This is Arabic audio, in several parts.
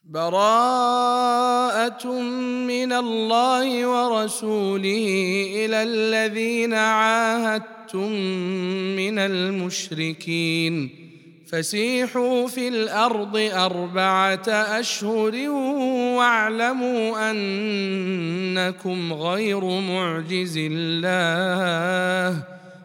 براءة من الله ورسوله إلى الذين عاهدتم من المشركين فسيحوا في الأرض 4 أشهر واعلموا أنكم غير معجز الله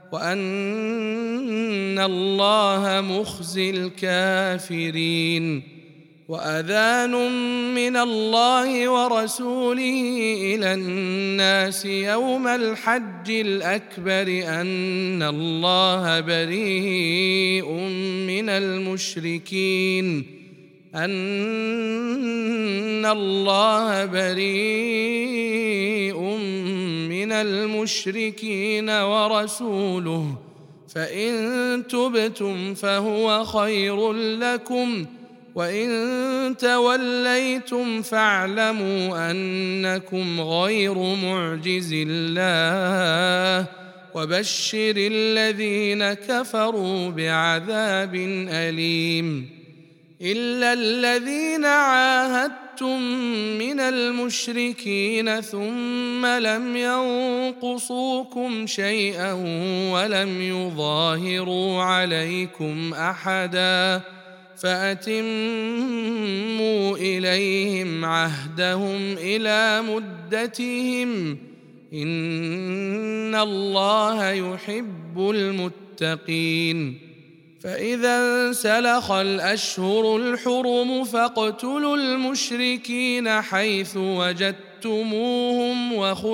وأن الله مخزي الكافرين. وأذان من الله ورسوله إلى الناس يوم الحج الأكبر أن الله بريء من المشركين ورسوله فإن تبتم فهو خير لكم وإن توليتم فاعلموا أنكم غير معجز الله وبشر الذين كفروا بعذاب أليم. إلا الذين عاهدتم من المشركين ثم لم ينقصوكم شيئا ولم يظاهروا عليكم أحدا فأتموا إليهم عهدهم إلى مدتهم إن الله يحب المتقين. فإذا انسلخ الأشهر الحرم فاقتلوا المشركين حيث وجدتموهم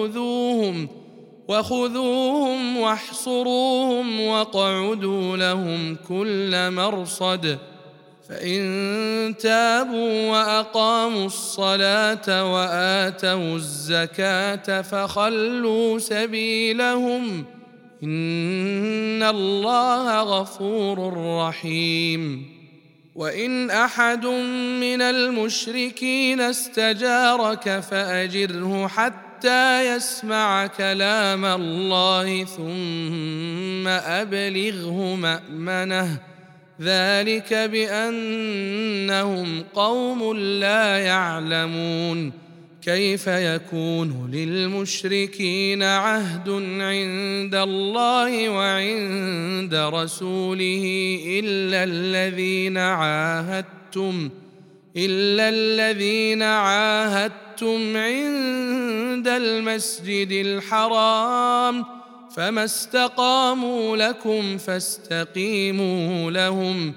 وخذوهم واحصروهم واقعدوا لهم كل مرصد فإن تابوا وأقاموا الصلاة وآتوا الزكاة فخلوا سبيلهم إن الله غفور رحيم. وإن أحد من المشركين استجارك فأجره حتى يسمع كلام الله ثم أبلغه مأمنه ذلك بأنهم قوم لا يعلمون. كيف يكون للمشركين عهد عند الله وعند رسوله إلا الذين عاهدتم عند المسجد الحرام فما استقاموا لكم فاستقيموا لهم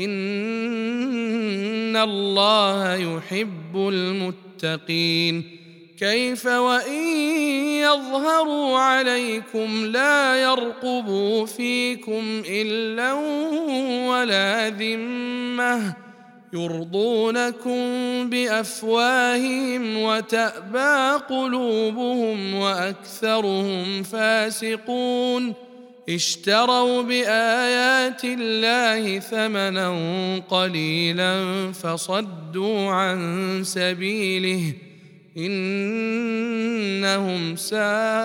إن الله يحب المتقين. كيف وإن يظهروا عليكم لا يرقبوا فيكم إلا ولا ذمة يرضونكم بأفواههم وتأبى قلوبهم وأكثرهم فاسقون. اشتروا بآيات الله ثمنا قليلا فصدوا عن سبيله إنهم ساء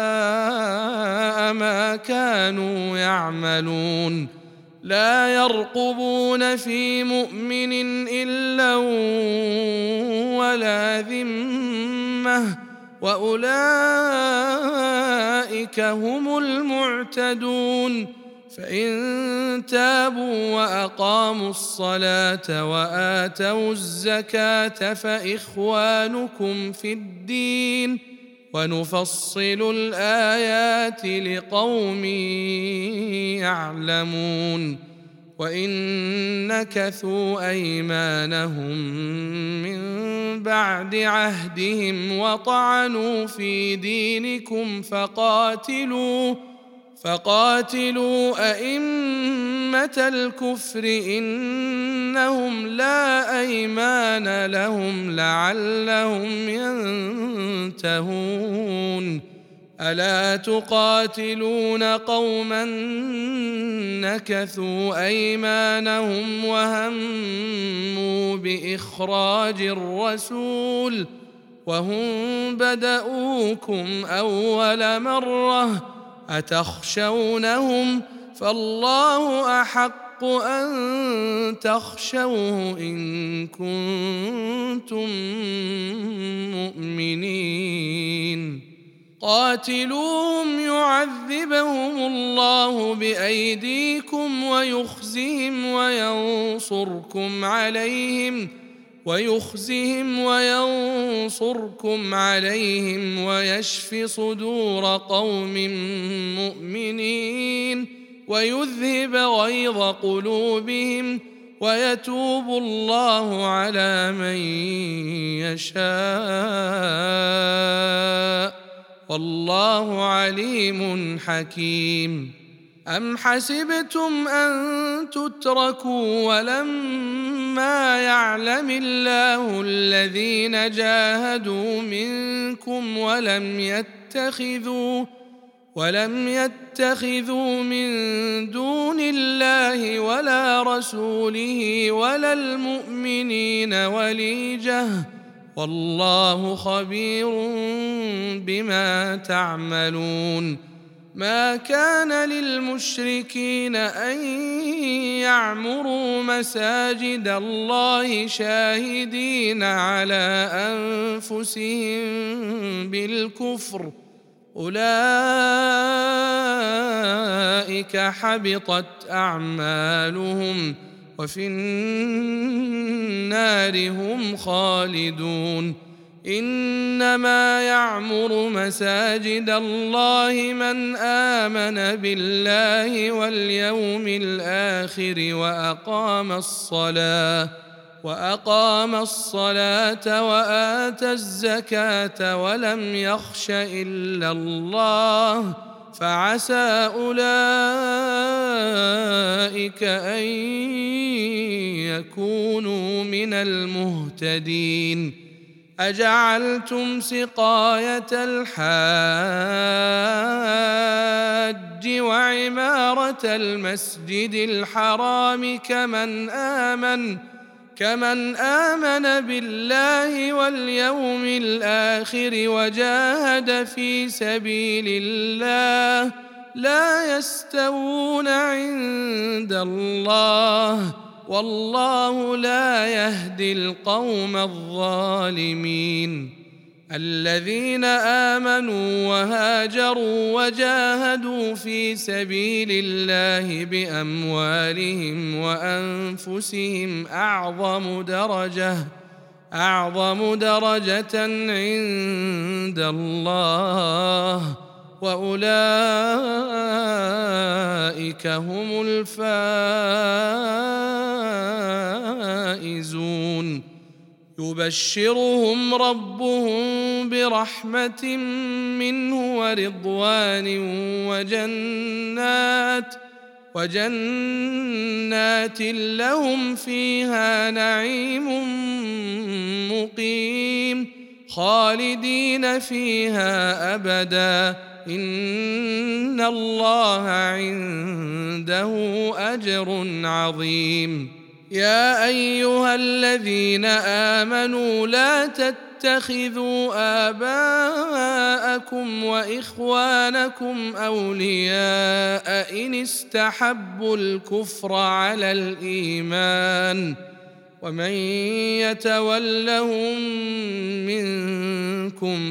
ما كانوا يعملون. لا يرقبون في مؤمن إلا ولا ذمة وأولئك هم المعتدون. فإن تابوا وأقاموا الصلاة وآتوا الزكاة فإخوانكم في الدين ونفصل الآيات لقوم يعلمون. وإن نكثوا أيمانهم من بعد عهدهم وطعنوا في دينكم فقاتلوا أئمة الكفر إنهم لا أيمان لهم لعلهم ينتهون. ألا تقاتلون قوما نكثوا أيمانهم وهموا بإخراج الرسول وهم بدؤوكم أول مرة أتخشونهم فالله أحق أحق أن تخشوه إن كنتم مؤمنين. قاتلوهم يعذبهم الله بأيديكم ويخزهم وينصركم عليهم ويشف صدور قوم مؤمنين ويذهب غيظ قلوبهم ويتوب الله على من يشاء والله عليم حكيم. أم حسبتم أن تتركوا ولما يعلم الله الذين جاهدوا منكم ولم يتخذوا من دون الله ولا رسوله ولا المؤمنين وليجة والله خبير بما تعملون. ما كان للمشركين أن يعمروا مساجد الله شاهدين على أنفسهم بالكفر أولئك حبطت أعمالهم وفي النار هم خالدون. إنما يعمر مساجد الله من آمن بالله واليوم الآخر وأقام الصلاة وآتى الزكاة ولم يخش إلا الله فعسى أولئك أن يكونوا من المهتدين. أجعلتم سقاية الحاج وعمارة المسجد الحرام كمن آمن بالله واليوم الآخر وجاهد في سبيل الله لا يستوون عند الله والله لا يهدي القوم الظالمين. الذين آمنوا وهاجروا وجاهدوا في سبيل الله بأموالهم وأنفسهم أعظم درجة عند الله وأولئك هم الفائزون. يبشرهم ربهم برحمة منه ورضوان وجنات لهم فيها نعيم مقيم خالدين فيها أبدا إن الله عنده أجر عظيم. يا أيها الذين آمنوا لا تتخذوا آباءكم وإخوانكم أولياء إن استحبوا الكفر على الإيمان ومن يتولهم منكم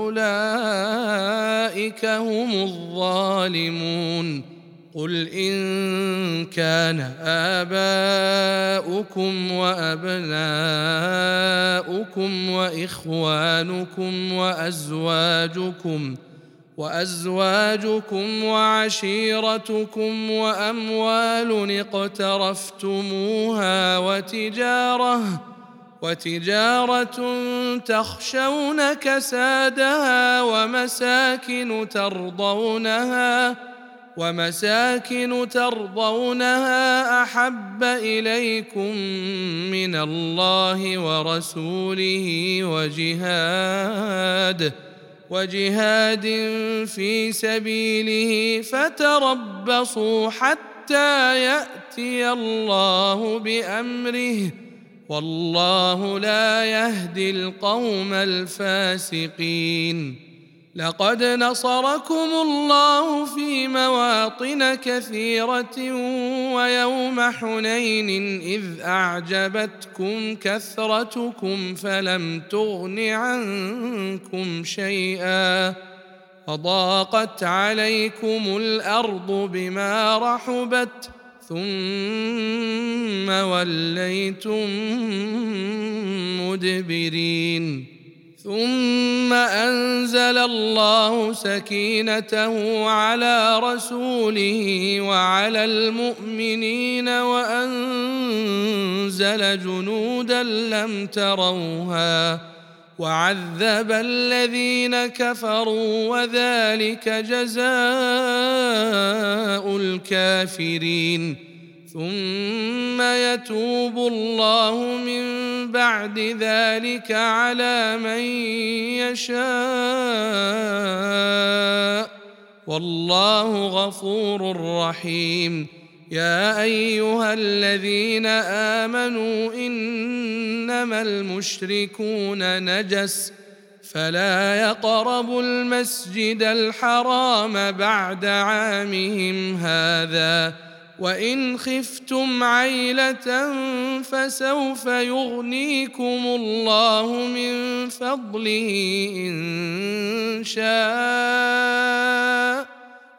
فأولئك هم الظالمون. قل إن كان آباؤكم وأبناؤكم وإخوانكم وأزواجكم وعشيرتكم وأموال اقترفتموها وتجارة تخشون كسادها ومساكن ترضونها أحب إليكم من الله ورسوله وجهاد في سبيله فتربصوا حتى يأتي الله بأمره والله لا يهدي القوم الفاسقين. لقد نصركم الله في مواطن كثيرة ويوم حنين إذ أعجبتكم كثرتكم فلم تغن عنكم شيئا وضاقت عليكم الأرض بما رحبت ثم وليتم مدبرين ثم أنزل الله سكينته على رسوله وعلى المؤمنين وأنزل جنودا لم تروها وعذب الذين كفروا وذلك جزاء الكافرين ثم يتوب الله من بعد ذلك على من يشاء والله غفور رحيم يا أيها الذين آمنوا إنما المشركون نجس فلا يقربوا المسجد الحرام بعد عامهم هذا وإن خفتم عيلة فسوف يغنيكم الله من فضله إن شاء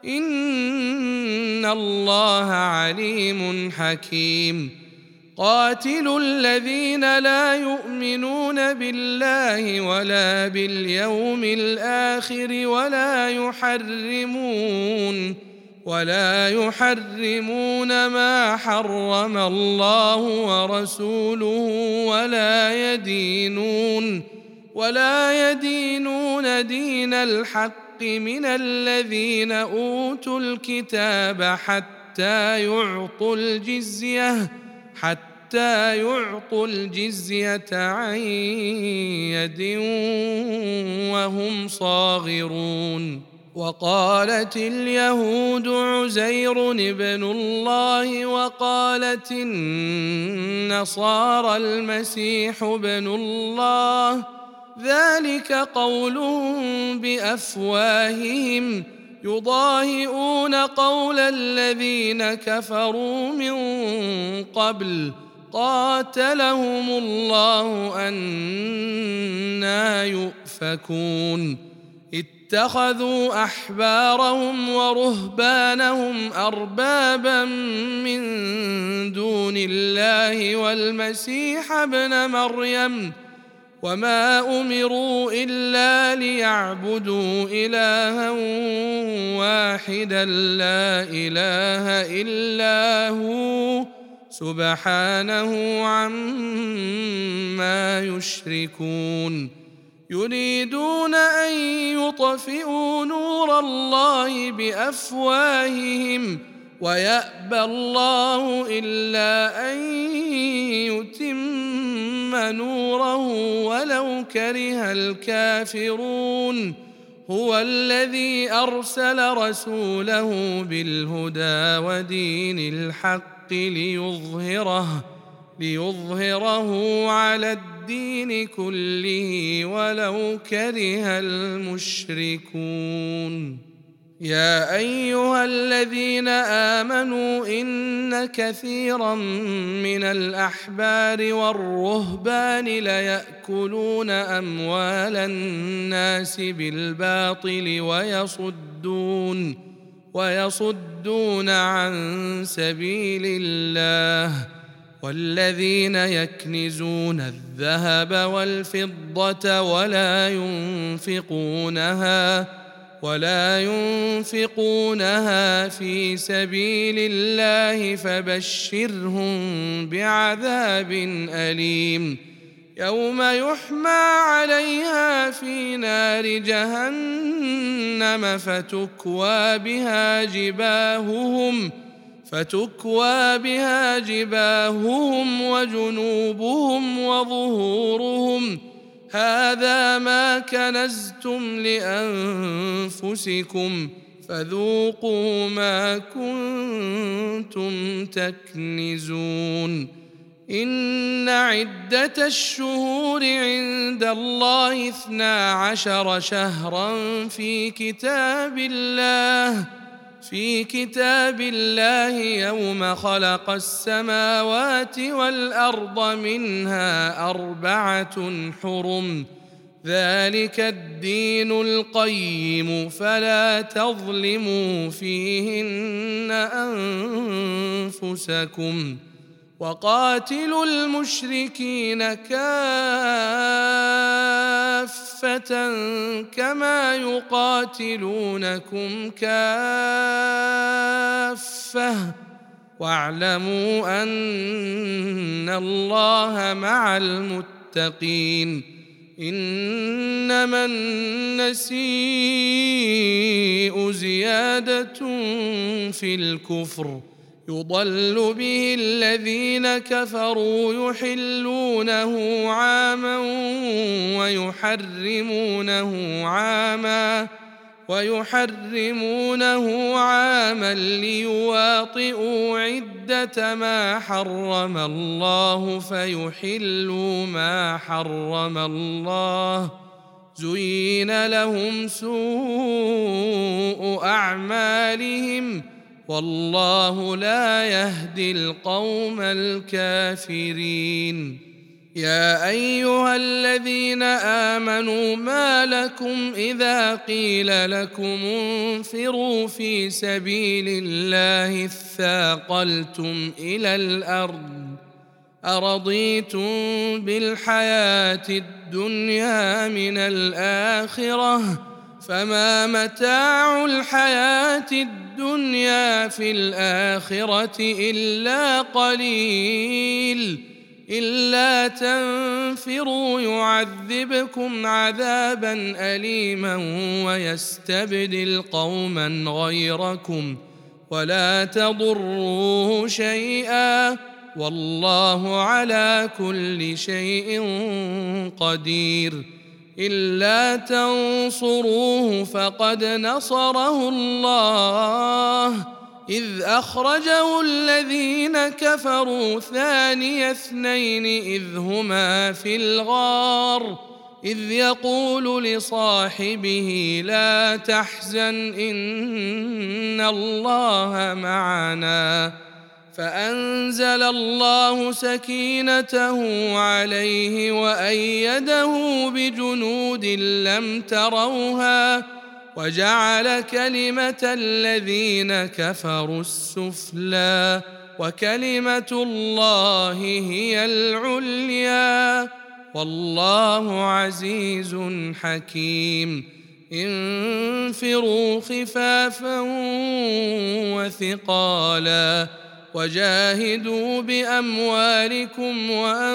إن الله عليم حكيم قاتلوا الذين لا يؤمنون بالله ولا باليوم الآخر ولا يحرمون ما حرم الله ورسوله ولا يدينون دين الحق من الذين أوتوا الكتاب حتى يعطوا الجزية عن يد وهم صاغرون وقالت اليهود عزير ابن الله وقالت النصارى المسيح ابن الله ذلك قولهم بأفواههم يضاهئون قول الذين كفروا من قبل قاتلهم الله أنى يؤفكون اتخذوا أحبارهم ورهبانهم أربابا من دون الله والمسيح ابن مريم وما أمروا إلا ليعبدوا إلها واحدا لا إله إلا هو سبحانه عما يشركون يريدون أن يطفئوا نور الله بأفواههم ويأبى الله إلا أن يتم نوره ولو كره الكافرون هو الذي أرسل رسوله بالهدى ودين الحق ليظهره على الدين كله ولو كره المشركون يا أيها الذين آمنوا إن كثيرا من الأحبار والرهبان ليأكلون أموال الناس بالباطل ويصدون عن سبيل الله والذين يكنزون الذهب والفضة ولا ينفقونها في سبيل الله فبشرهم بعذاب أليم يوم يحمى عليها في نار جهنم فتكوى بها جباههم وجنوبهم وظهورهم هذا ما كنزتم لأنفسكم فذوقوا ما كنتم تكنزون إن عدة الشهور عند الله 12 شهرا في كتاب الله يوم خلق السماوات والأرض منها 4 حرم ذلك الدين القيم فلا تظلموا فيهن أنفسكم وقاتلوا المشركين كافة كما يقاتلونكم كافة واعلموا أن الله مع المتقين إنما النسيء زيادة في الكفر يضل به الذين كفروا يحلونه عاما ويحرمونه عاما ليواطئوا عدة ما حرم الله فيحلوا ما حرم الله زين لهم سوء أعمالهم والله لا يهدي القوم الكافرين يا أيها الذين آمنوا ما لكم إذا قيل لكم انفروا في سبيل الله اثاقلتم إلى الأرض أرضيتم بالحياة الدنيا من الآخرة فما متاع الحياة الدنيا في الآخرة إلا قليل إلا تنفروا يعذبكم عذابا أليما ويستبدل قوما غيركم ولا تضروه شيئا والله على كل شيء قدير إلا تنصروه فقد نصره الله إذ أخرجه الذين كفروا ثاني اثنين إذ هما في الغار إذ يقول لصاحبه لا تحزن إن الله معنا فأنزل الله سكينته عليه وأيده بجنود لم تروها وجعل كلمة الذين كفروا السفلى وكلمة الله هي العليا والله عزيز حكيم انفروا خفافا وثقالا وجاهدوا بأموالكم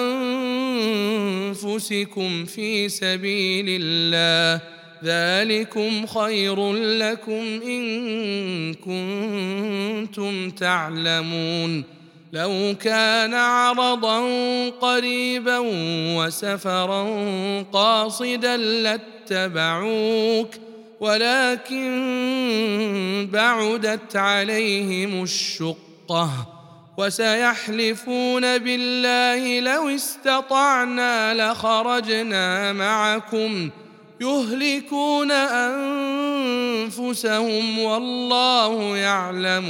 وأنفسكم في سبيل الله ذلكم خير لكم إن كنتم تعلمون لو كان عرضا قريبا وسفرا قاصدا لاتبعوك ولكن بعدت عليهم الشقة وسيحلفون بالله لو استطعنا لخرجنا معكم يهلكون أنفسهم والله يعلم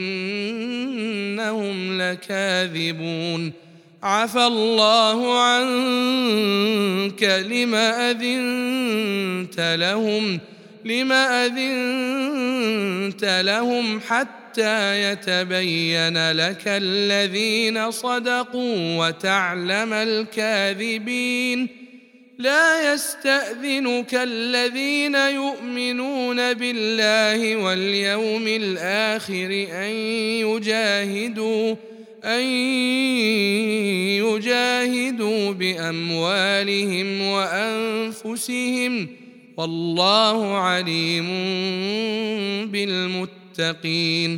إنهم لكاذبون عفى الله عنك لما أذنت لهم حتى يتبين لك الذين صدقوا وتعلم الكاذبين لا يستأذنك الذين يؤمنون بالله واليوم الآخر أن يجاهدوا بأموالهم وأنفسهم والله عليم بالمتقين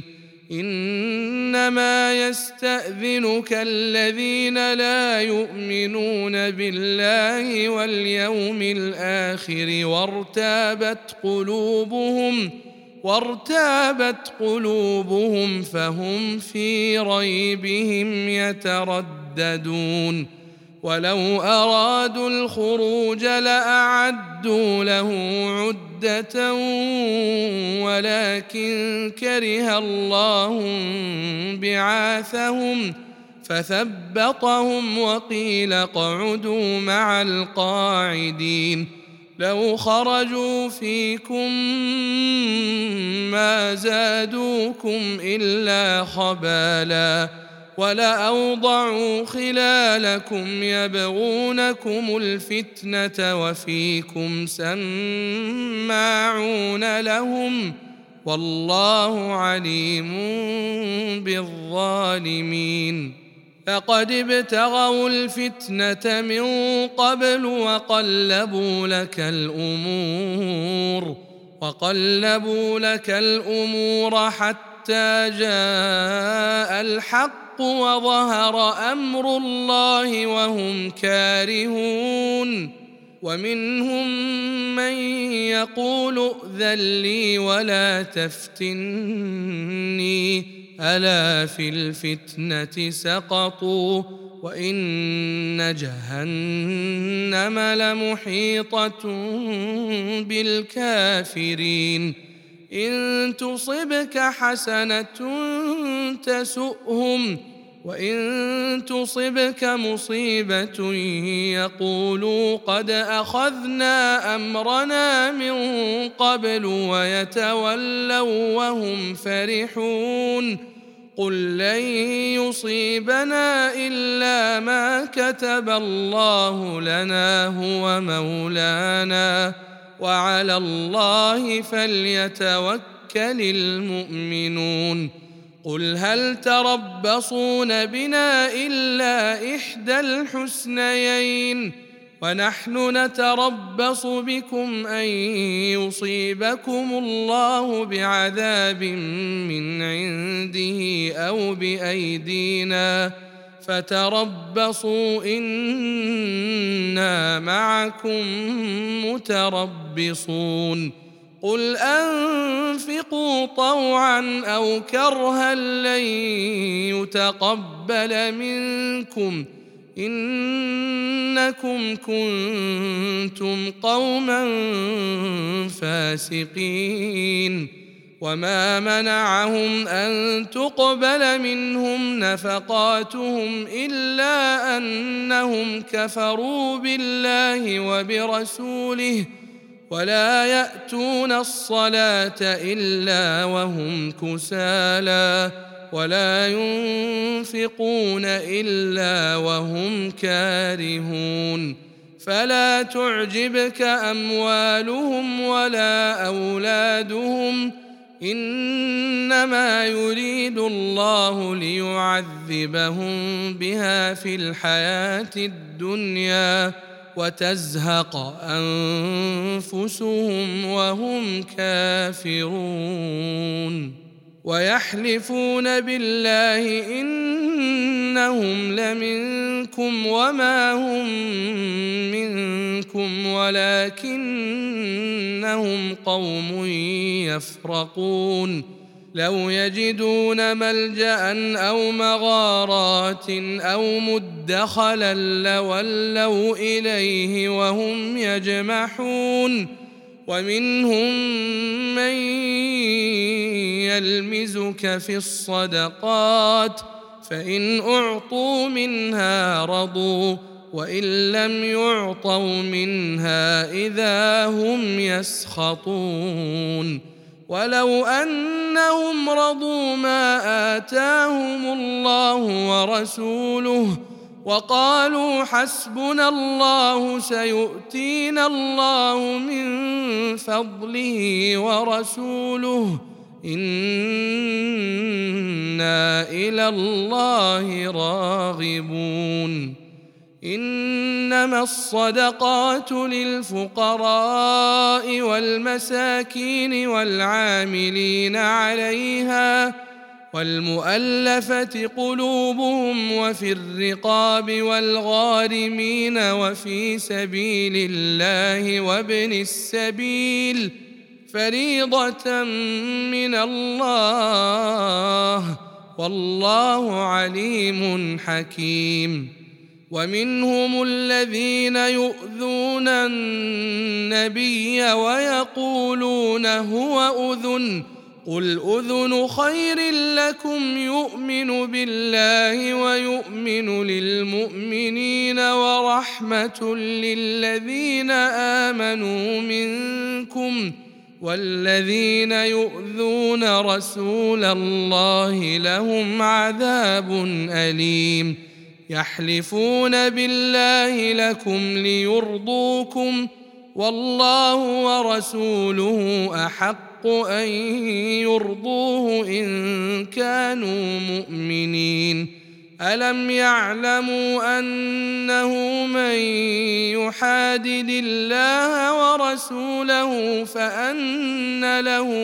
إنما يستأذنك الذين لا يؤمنون بالله واليوم الآخر وارتابت قلوبهم فهم في ريبهم يترددون ولو أرادوا الخروج لأعدوا له عدة ولكن كره الله بعاثهم فثبطهم وقيل اقعدوا مع القاعدين لو خرجوا فيكم ما زادوكم إلا خبالا ولأوضعوا خلالكم يبغونكم الفتنة وفيكم سماعون لهم والله عليم بالظالمين لقد ابتغوا الفتنة من قبل وقلبوا لك الأمور حتى جاء الحق وظهر أمر الله وهم كارهون ومنهم من يقول ائذن لي ولا تفتني ألا في الفتنة سقطوا وإن جهنم لمحيطة بالكافرين إن تصبك حسنة تسؤهم وإن تصبك مصيبة يقولوا قد أخذنا أمرنا من قبل ويتولوا وهم فرحون قل لن يصيبنا إلا ما كتب الله لنا هو مولانا وعلى الله فليتوكل المؤمنون قل هل تربصون بنا إلا إحدى الحسنيين ونحن نتربص بكم أن يصيبكم الله بعذاب من عنده أو بأيدينا فتربصوا إنا معكم متربصون قل أنفقوا طوعا أو كرها لن يتقبل منكم إنكم كنتم قوما فاسقين وما منعهم أن تقبل منهم نفقاتهم إلا أنهم كفروا بالله وبرسوله ولا يأتون الصلاة إلا وهم كسالى ولا ينفقون إلا وهم كارهون فلا تعجبك أموالهم ولا أولادهم إنما يريد الله ليعذبهم بها في الحياة الدنيا وتزهق أنفسهم وهم كافرون ويحلفون بالله إنهم لمنكم وما هم منكم ولكنهم قوم يفرقون لو يجدون ملجأ أو مغارات أو مدخلا لولوا إليه وهم يجمحون ومنهم من يلمزك في الصدقات فإن أعطوا منها رضوا وإن لم يعطوا منها إذا هم يسخطون ولو أنهم رضوا ما آتاهم الله ورسوله وقالوا حسبنا الله سيؤتينا الله من فضله ورسوله إنا إلى الله راغبون إنما الصدقات للفقراء والمساكين والعاملين عليها والمؤلفة قلوبهم وفي الرقاب والغارمين وفي سبيل الله وابن السبيل فريضة من الله والله عليم حكيم. ومنهم الذين يؤذون النبي ويقولون هو أذن قل أذن خير لكم يؤمن بالله ويؤمن للمؤمنين ورحمة للذين آمنوا منكم والذين يؤذون رسول الله لهم عذاب أليم. يحلفون بالله لكم ليرضوكم والله ورسوله أحق أن يرضوه إن كانوا مؤمنين. ألم يعلموا أنه من يحادد الله ورسوله فأن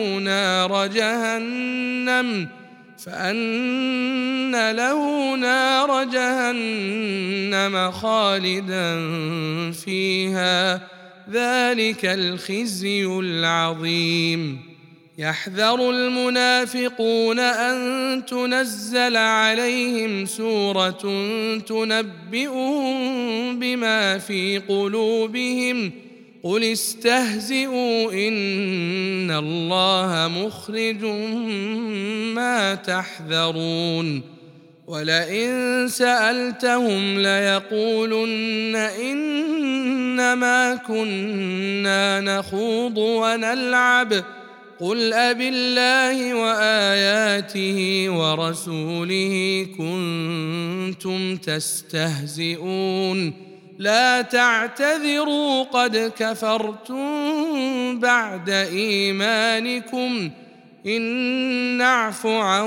له نار جهنم خالدا فيها ذلك الخزي العظيم. يحذر المنافقون أن تنزل عليهم سورة تنبئهم بما في قلوبهم قل استهزئوا إن الله مخرج ما تحذرون. ولئن سألتهم ليقولن إنما كنا نخوض ونلعب قل أبالله وآياته ورسوله كنتم تستهزئون لا تعتذروا قد كفرتم بعد إيمانكم إن نعف عن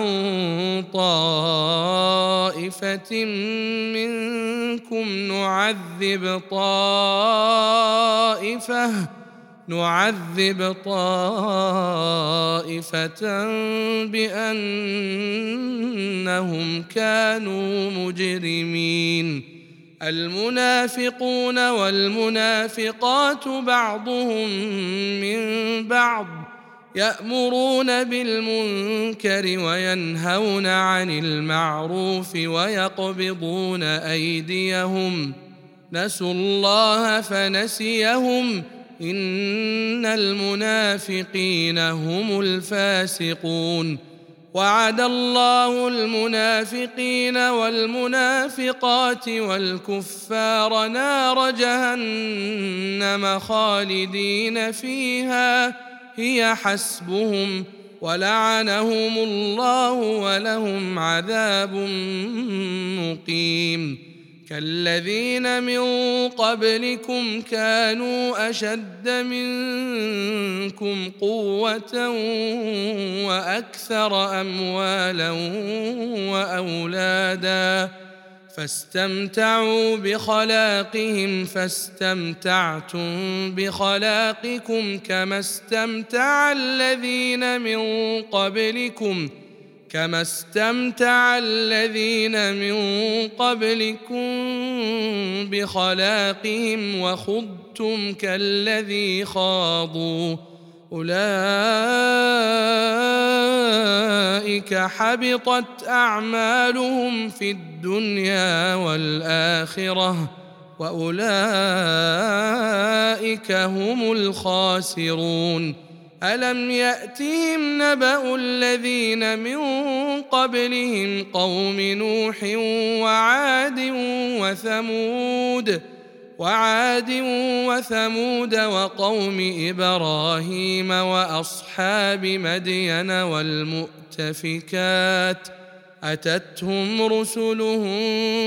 طائفة منكم نعذب طائفة بأنهم كانوا مجرمين. المنافقون والمنافقات بعضهم من بعض يأمرون بالمنكر وينهون عن المعروف ويقبضون أيديهم نسوا الله فنسيهم إن المنافقين هم الفاسقون. وعد الله المنافقين والمنافقات والكفار نار جهنم خالدين فيها هي حسبهم ولعنهم الله ولهم عذاب مقيم. كالذين من قبلكم كانوا أشد منكم قوة وأكثر أموالا وأولادا فاستمتعوا بخلاقهم فاستمتعتم بخلاقكم كما استمتع الذين من قبلكم بخلاقهم وخضتم كالذي خاضوا أولئك حبطت أعمالهم في الدنيا والآخرة وأولئك هم الخاسرون. ألم يأتهم نبأ الذين من قبلهم قوم نوح وعاد وثمود وقوم إبراهيم وأصحاب مدين والمؤتفكات أتتهم رسلهم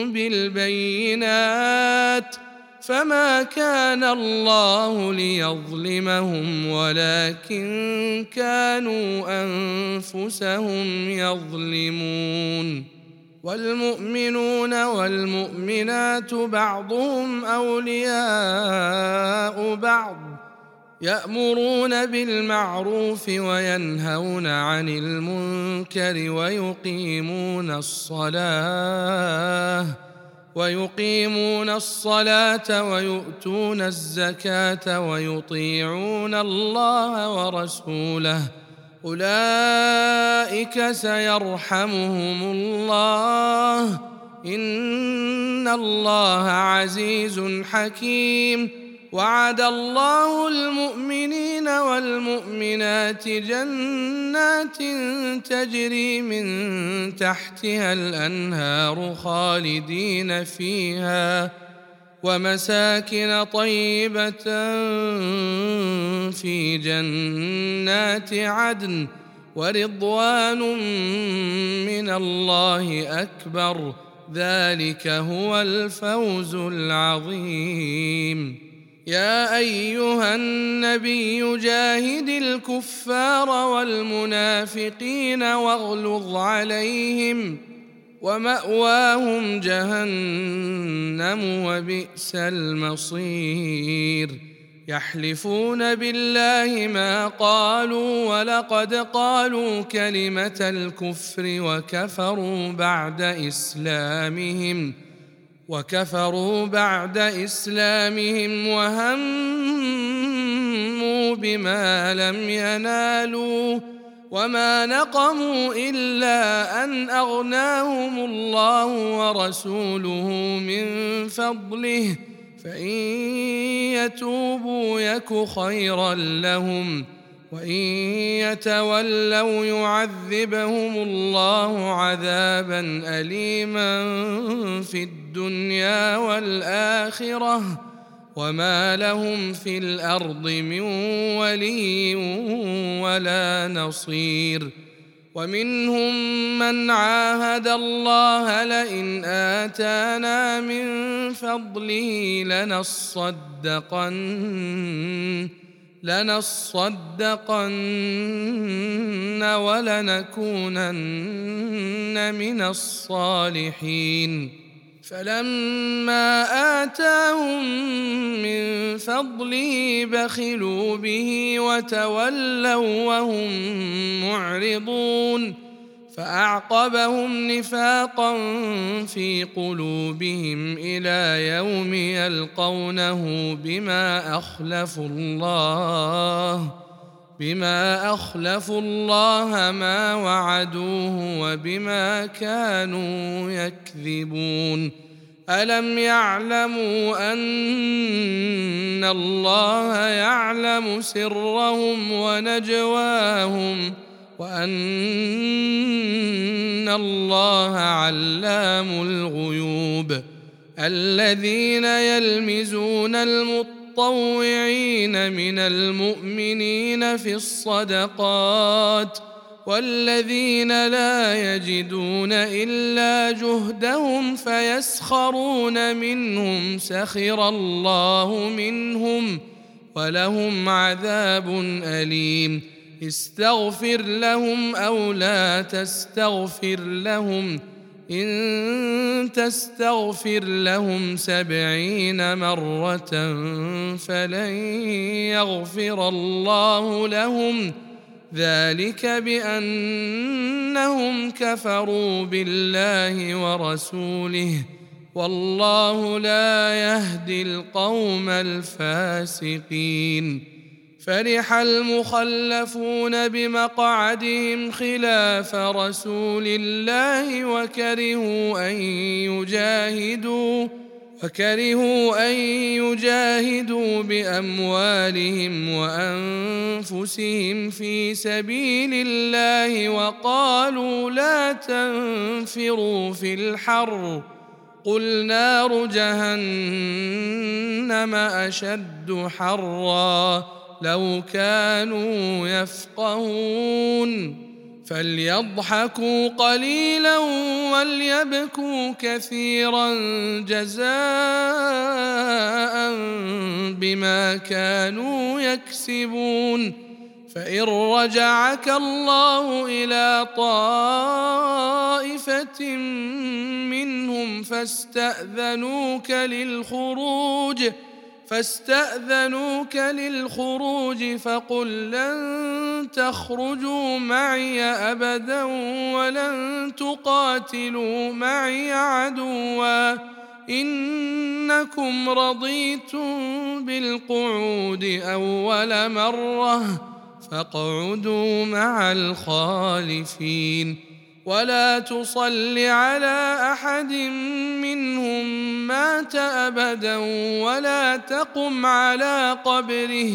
بالبينات فما كان الله ليظلمهم ولكن كانوا أنفسهم يظلمون. والمؤمنون والمؤمنات بعضهم أولياء بعض يأمرون بالمعروف وينهون عن المنكر ويقيمون الصلاة ويؤتون الزكاة ويطيعون الله ورسوله أولئك سيرحمهم الله إن الله عزيز حكيم. وعد الله المؤمنين والمؤمنات جنات تجري من تحتها الأنهار خالدين فيها ومساكن طيبة في جنات عدن ورضوان من الله أكبر ذلك هو الفوز العظيم. يا أيها النبي جاهد الكفار والمنافقين واغلظ عليهم ومأواهم جهنم وبئس المصير. يحلفون بالله ما قالوا ولقد قالوا كلمة الكفر وكفروا بعد إسلامهم وهموا بما لم ينالوا وما نقموا إلا أن أغناهم الله ورسوله من فضله فإن يتوبوا يك خيرا لهم وإن يتولوا يعذبهم الله عذابا أليما في الدنيا والآخرة وما لهم في الأرض من ولي ولا نصير. ومنهم من عاهد الله لئن آتانا من فضله لنصدقن ولنكونن من الصالحين. فلما آتاهم من فضله بخلوا به وتولوا وهم معرضون فأعقبهم نفاقا في قلوبهم إلى يوم يلقونه بما أخلفوا الله ما وعدوه وبما كانوا يكذبون. ألم يعلموا أن الله يعلم سرهم ونجواهم وأن الله علام الغيوب. الذين يلمزون المطوعين من المؤمنين في الصدقات والذين لا يجدون إلا جهدهم فيسخرون منهم سخر الله منهم ولهم عذاب أليم. استغفر لهم أو لا تستغفر لهم إن تستغفر لهم 70 مرة فلن يغفر الله لهم ذلك بأنهم كفروا بالله ورسوله والله لا يهدي القوم الفاسقين. فرح المخلفون بمقعدهم خلاف رسول الله وكرهوا أن يجاهدوا بأموالهم وأنفسهم في سبيل الله وقالوا لا تنفروا في الحر قل نار جهنم أشد حرا لو كانوا يفقهون. فليضحكوا قليلا وليبكوا كثيرا جزاء بما كانوا يكسبون. فإن رجعك الله إلى طائفة منهم فاستأذنوك للخروج فقل لن تخرجوا معي أبدا ولن تقاتلوا معي عدوا إنكم رضيتم بالقعود أول مرة فاقعدوا مع الخالفين ولا تصل على أحد منهم مات أبدا ولا تقم على قبره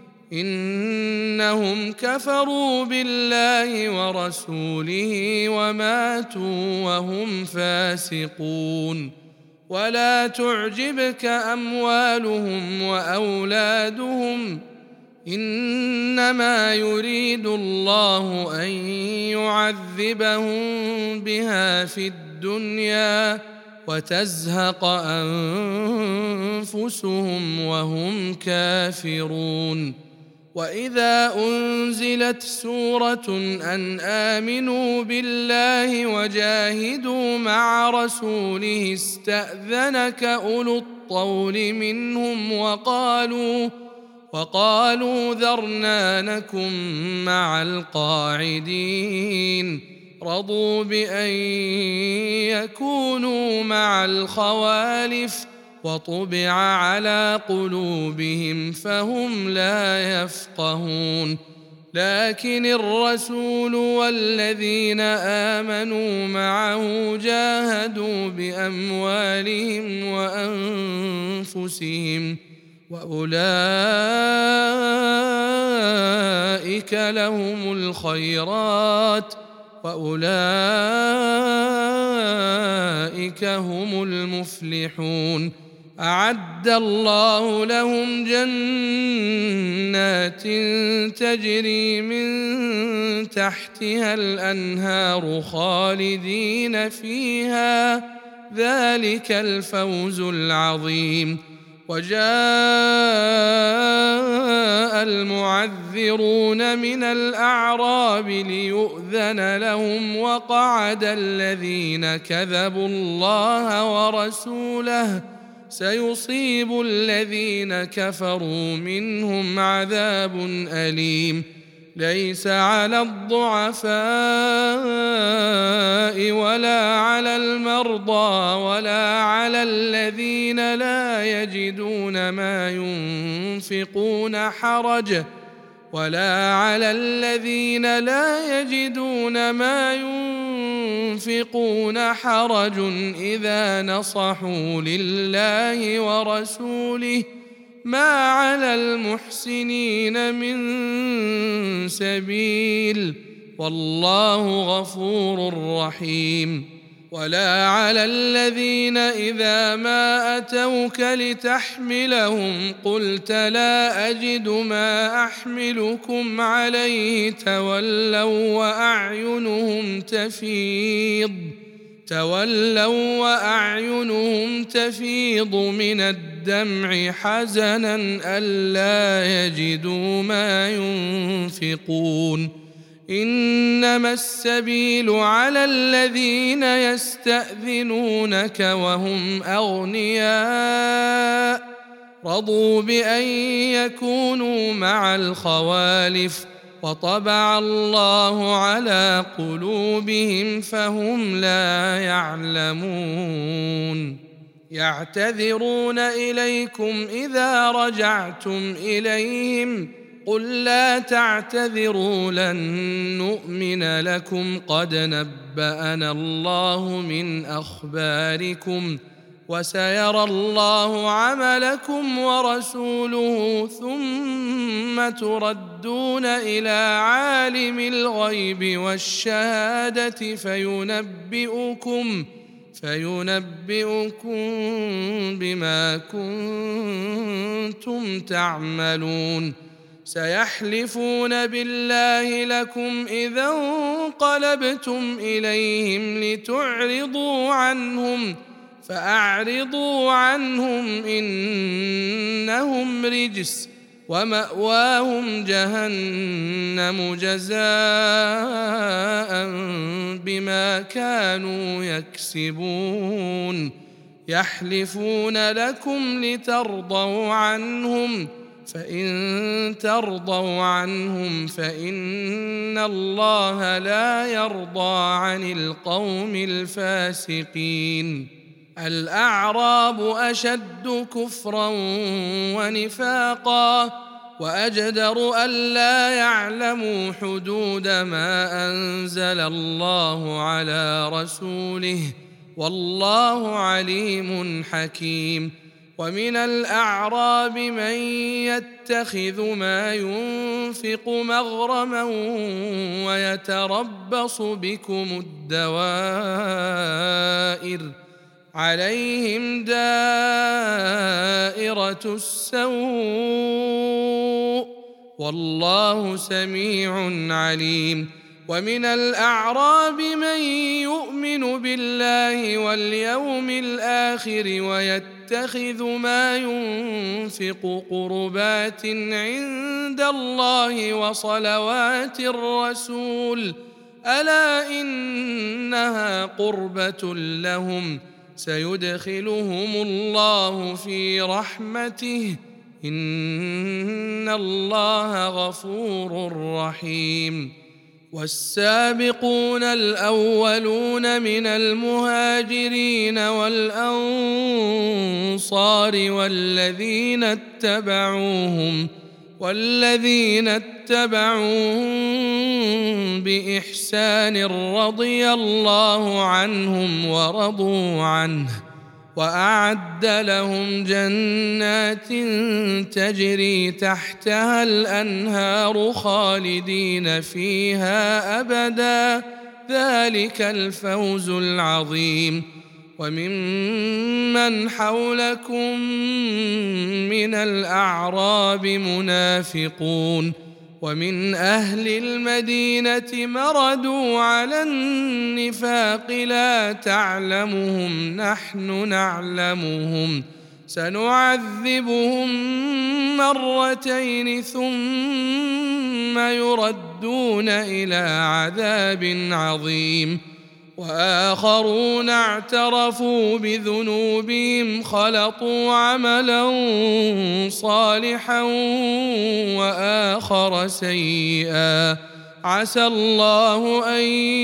إنهم كفروا بالله ورسوله وماتوا وهم فاسقون ولا تعجبك أموالهم وأولادهم إنما يريد الله أن يعذبهم بها في الدنيا وتزهق أنفسهم وهم كافرون وإذا أنزلت سورة أن آمنوا بالله وجاهدوا مع رسوله استأذنك أولو الطول منهم وقالوا ذرنا نكن مع القاعدين رضوا بأن يكونوا مع الخوالف وطبع على قلوبهم فهم لا يفقهون لكن الرسول والذين آمنوا معه جاهدوا بأموالهم وأنفسهم وأولئك لهم الخيرات وأولئك هم المفلحون أعد الله لهم جنات تجري من تحتها الأنهار خالدين فيها ذلك الفوز العظيم وجاء المعذرون من الأعراب ليؤذن لهم وقعد الذين كذبوا الله ورسوله سيصيب الذين كفروا منهم عذاب أليم ليس على الضعفاء ولا على المرضى ولا على الذين لا يجدون ما ينفقون حرج إذا نصحوا لله ورسوله ما على المحسنين من سبيل والله غفور رحيم ولا على الذين إذا ما أتوك لتحملهم قلت لا أجد ما أحملكم عليه تولوا وأعينهم تفيض من الدمع حزنا ألا يجدوا ما ينفقون إنما السبيل على الذين يستأذنونك وهم أغنياء رضوا بأن يكونوا مع الخوالف وطبع الله على قلوبهم فهم لا يعلمون يعتذرون إليكم إذا رجعتم إليهم قل لا تعتذروا لن نؤمن لكم قد نبأنا الله من أخباركم وسيرى الله عملكم ورسوله ثم تردون إلى عالم الغيب والشهادة فينبئكم بما كنتم تعملون سيحلفون بالله لكم إذا انقلبتم إليهم لتعرضوا عنهم فأعرضوا عنهم إنهم رجس ومأواهم جهنم جزاء بما كانوا يكسبون يحلفون لكم لترضوا عنهم فإن ترضوا عنهم فإن الله لا يرضى عن القوم الفاسقين الأعراب أشد كفرا ونفاقا وأجدر ألا يعلموا حدود ما أنزل الله على رسوله والله عليم حكيم. ومن الأعراب من يتخذ ما ينفق مغرما ويتربص بكم الدوائر عليهم دائرة السوء والله سميع عليم. ومن الأعراب من يؤمن بالله واليوم الآخر ويتخذ ما ينفق قربات عند الله وصلوات الرسول ألا إنها قربة لهم سيدخلهم الله في رحمته إن الله غفور رحيم. والسابقون الأولون من المهاجرين والأنصار والذين اتبعوهم بإحسان رضي الله عنهم ورضوا عنه وأعد لهم جنات تجري تحتها الأنهار خالدين فيها أبدا ذلك الفوز العظيم. وممن حولكم من الأعراب منافقون ومن أهل المدينة مردوا على النفاق لا تعلمهم نحن نعلمهم سنعذبهم مرتين ثم يردون إلى عذاب عظيم. وآخرون اعترفوا بذنوبهم خلطوا عملا صالحا وآخر سيئا عسى الله أن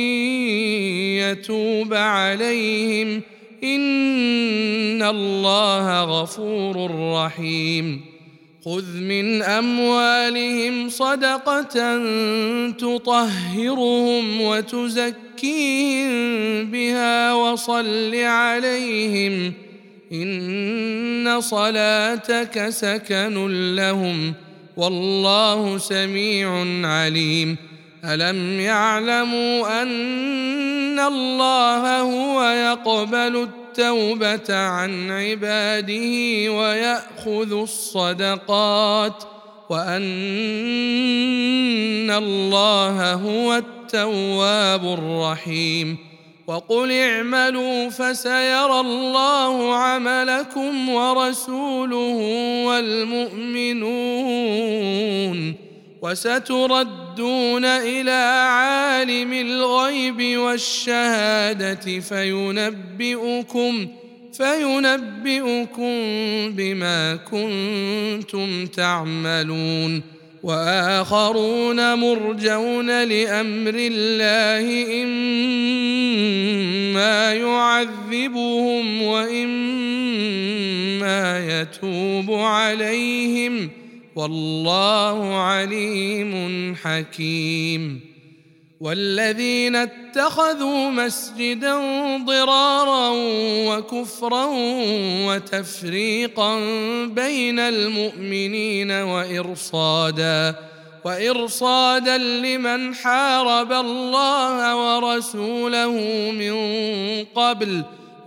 يتوب عليهم إن الله غفور رحيم. خذ من أموالهم صدقة تطهرهم وتزكيهم بها وصل عليهم إن صلاتك سكن لهم والله سميع عليم. ألم يعلموا أن الله هو يقبل التوبة عن عباده ويأخذ الصدقات وأن الله هو التواب الرحيم. وقل اعملوا فسيرى الله عملكم ورسوله والمؤمنون وستردون إلى عالم الغيب والشهادة فينبئكم بما كنتم تعملون. وآخرون مرجون لأمر الله إما يعذبهم وإما يتوب عليهم والله عليم حكيم. والذين اتخذوا مسجدا ضرارا وكفرا وتفريقا بين المؤمنين وإرصادا لمن حارب الله ورسوله من قبل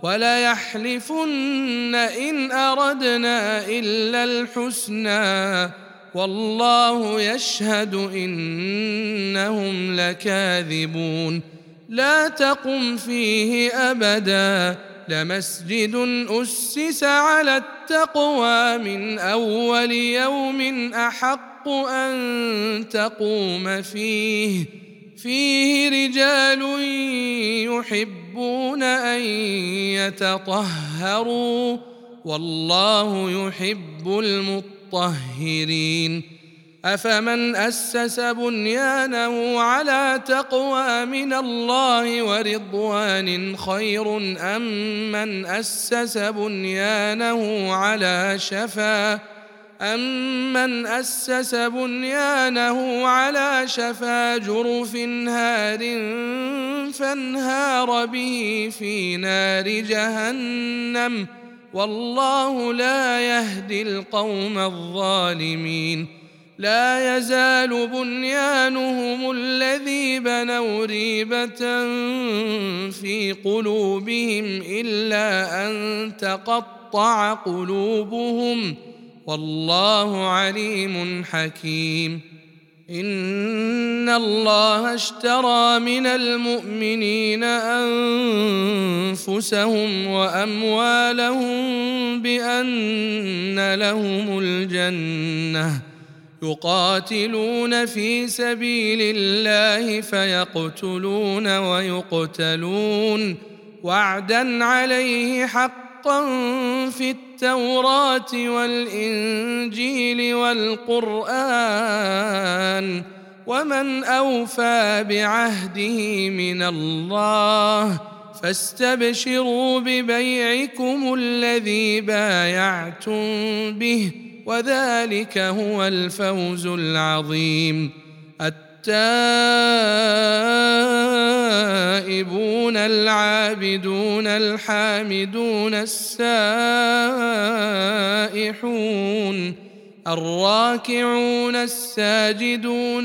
وليحلفن إن أردنا إلا الحسنى والله يشهد إنهم لكاذبون. لا تقم فيه أبدا لمسجد أسس على التقوى من أول يوم أحق أن تقوم فيه رجال يحبون أن يتطهروا والله يحب المطهرين. أفمن أسس بنيانه على تقوى من الله ورضوان خير أم من أسس بنيانه على شفا جرف هار فانهار به في نار جهنم والله لا يهدي القوم الظالمين لا يزال بنيانهم الذي بنوا ريبة في قلوبهم إلا أن تقطع قلوبهم والله عليم حكيم إن الله اشترى من المؤمنين أنفسهم وأموالهم بأن لهم الجنة يقاتلون في سبيل الله فيقتلون ويقتلون وعدا عليه حقا في التوراة والإنجيل والقرآن ومن أوفى بعهده من الله فاستبشروا ببيعكم الذي بايعتم به وذلك هو الفوز العظيم التائبون العابدون الحامدون السائحون الراكعون الساجدون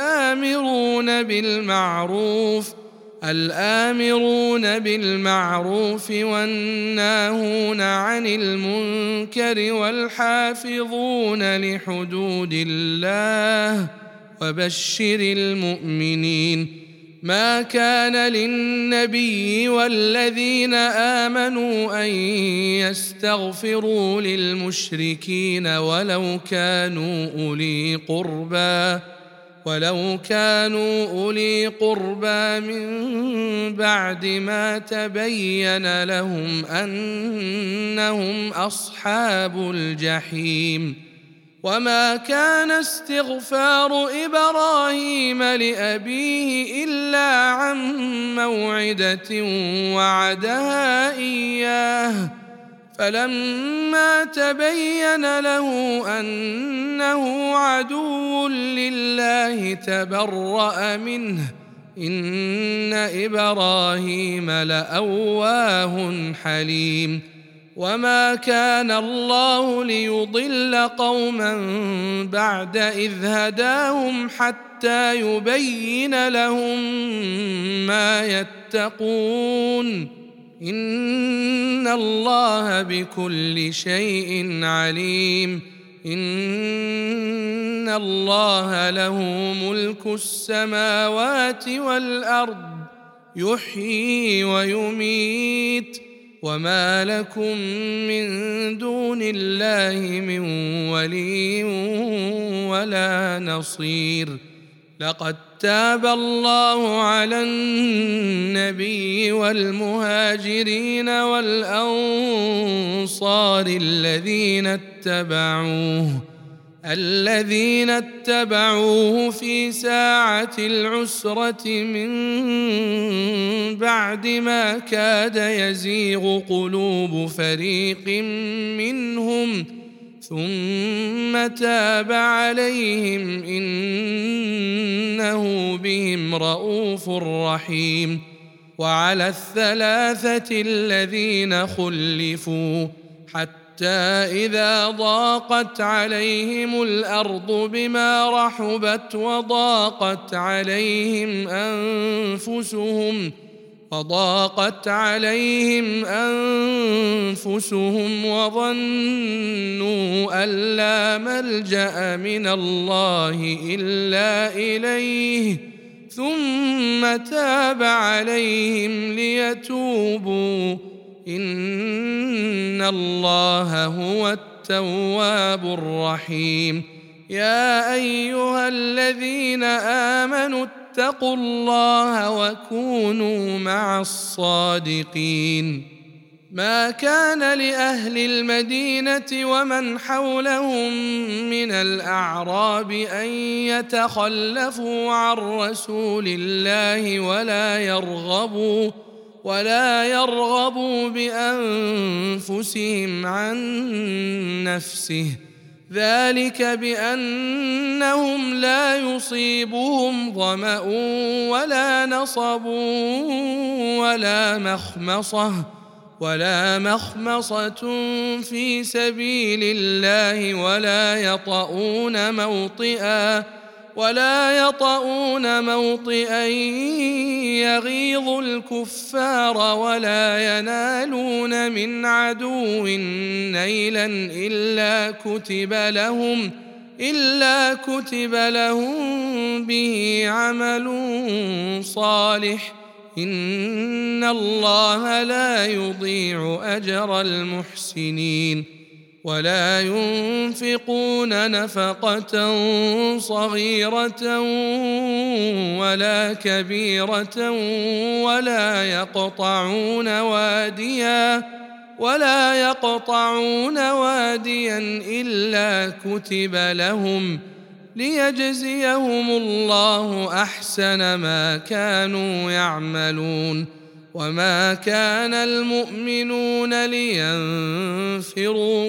الآمرون بالمعروف والناهون عن المنكر والحافظون لحدود الله وبشر المؤمنين ما كان للنبي والذين آمنوا أن يستغفروا للمشركين ولو كانوا أولي قربى من بعد ما تبين لهم أنهم أصحاب الجحيم وما كان استغفار إبراهيم لأبيه إلا عن موعدة وعدها إياه فلما تبين له أنه عدو لله تبرأ منه إن إبراهيم لأواه حليم وما كان الله ليضل قوما بعد إذ هداهم حتى يبين لهم ما يتقون إن الله بكل شيء عليم إن الله له ملك السماوات والأرض يحيي ويميت وما لكم من دون الله من ولي ولا نصير لقد تاب الله على النبي والمهاجرين والأنصار الذين اتبعوه في ساعة العسرة من بعد ما كاد يزيغ قلوب فريق منهم ثم تاب عليهم إنه بهم رءوف رحيم وعلى الثلاثة الذين خلفوا حتى إذا ضاقت عليهم الأرض بما رحبت وضاقت عليهم أنفسهم وظنوا أن لا ملجأ من الله إلا إليه ثم تاب عليهم ليتوبوا إن الله هو التواب الرحيم يا أيها الذين آمنوا اتقوا الله وكونوا مع الصادقين ما كان لأهل المدينة ومن حولهم من الأعراب أن يتخلفوا عن رسول الله ولا يرغبوا بأنفسهم عن نفسه، ذلك بأنهم لا يصيبهم ظمأ ولا نصب ولا مخمصة في سبيل الله ولا يطؤون موطئا يغيظ الكفار ولا ينالون من عدو نيلا إلا كتب لهم به عمل صالح، إن الله لا يضيع أجر المحسنين. ولا ينفقون نفقة صغيرة ولا كبيرة ولا يقطعون واديا إلا كتب لهم ليجزيهم الله أحسن ما كانوا يعملون. وما كان المؤمنون لينفروا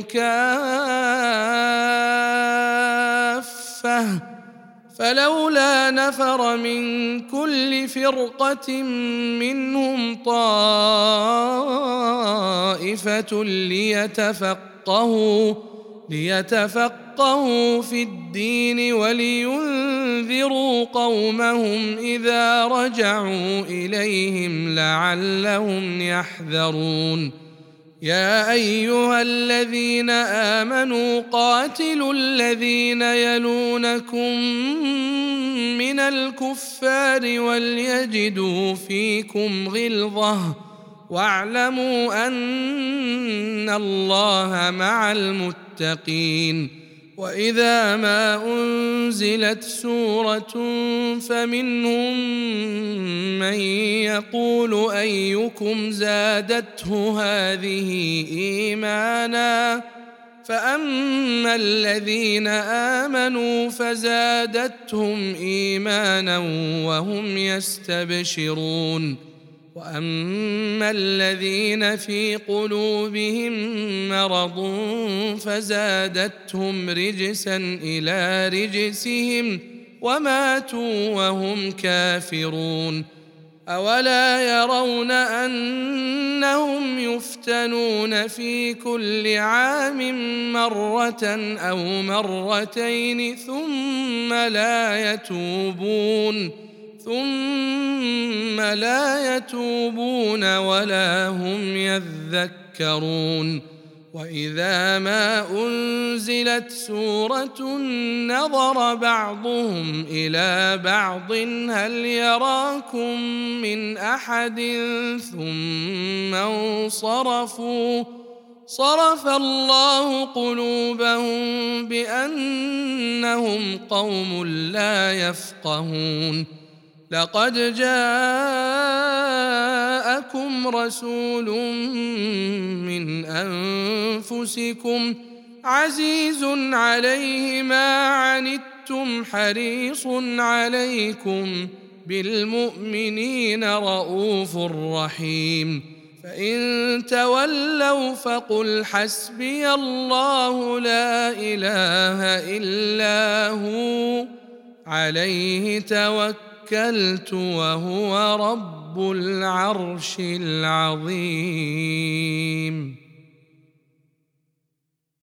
كافة فلولا نفر من كل فرقة منهم طائفة ليتفقهوا في الدين ولينذروا قومهم إذا رجعوا إليهم لعلهم يحذرون. يا أيها الذين آمنوا قاتلوا الذين يلونكم من الكفار وليجدوا فيكم غلظة واعلموا أن الله مع المتقين. وإذا ما أنزلت سورة فمنهم من يقول أيكم زادته هذه إيمانا فأما الذين آمنوا فزادتهم إيمانا وهم يستبشرون وأما الذين في قلوبهم مرض فزادتهم رجسا إلى رجسهم وماتوا وهم كافرون. أولا يرون أنهم يفتنون في كل عام مرة أو مرتين ثم لا يتوبون ولا هم يذكرون. وإذا ما أنزلت سورة نظر بعضهم إلى بعض هل يراكم من أحد ثم انصرفوا صرف الله قلوبهم بأنهم قوم لا يفقهون. لقد جاءكم رسول من أنفسكم عزيز عليه ما عنتم حريص عليكم بالمؤمنين رؤوف رحيم. فإن تولوا فقل حسبي الله لا إله إلا هو عليه توكلت وهو رب العرش العظيم.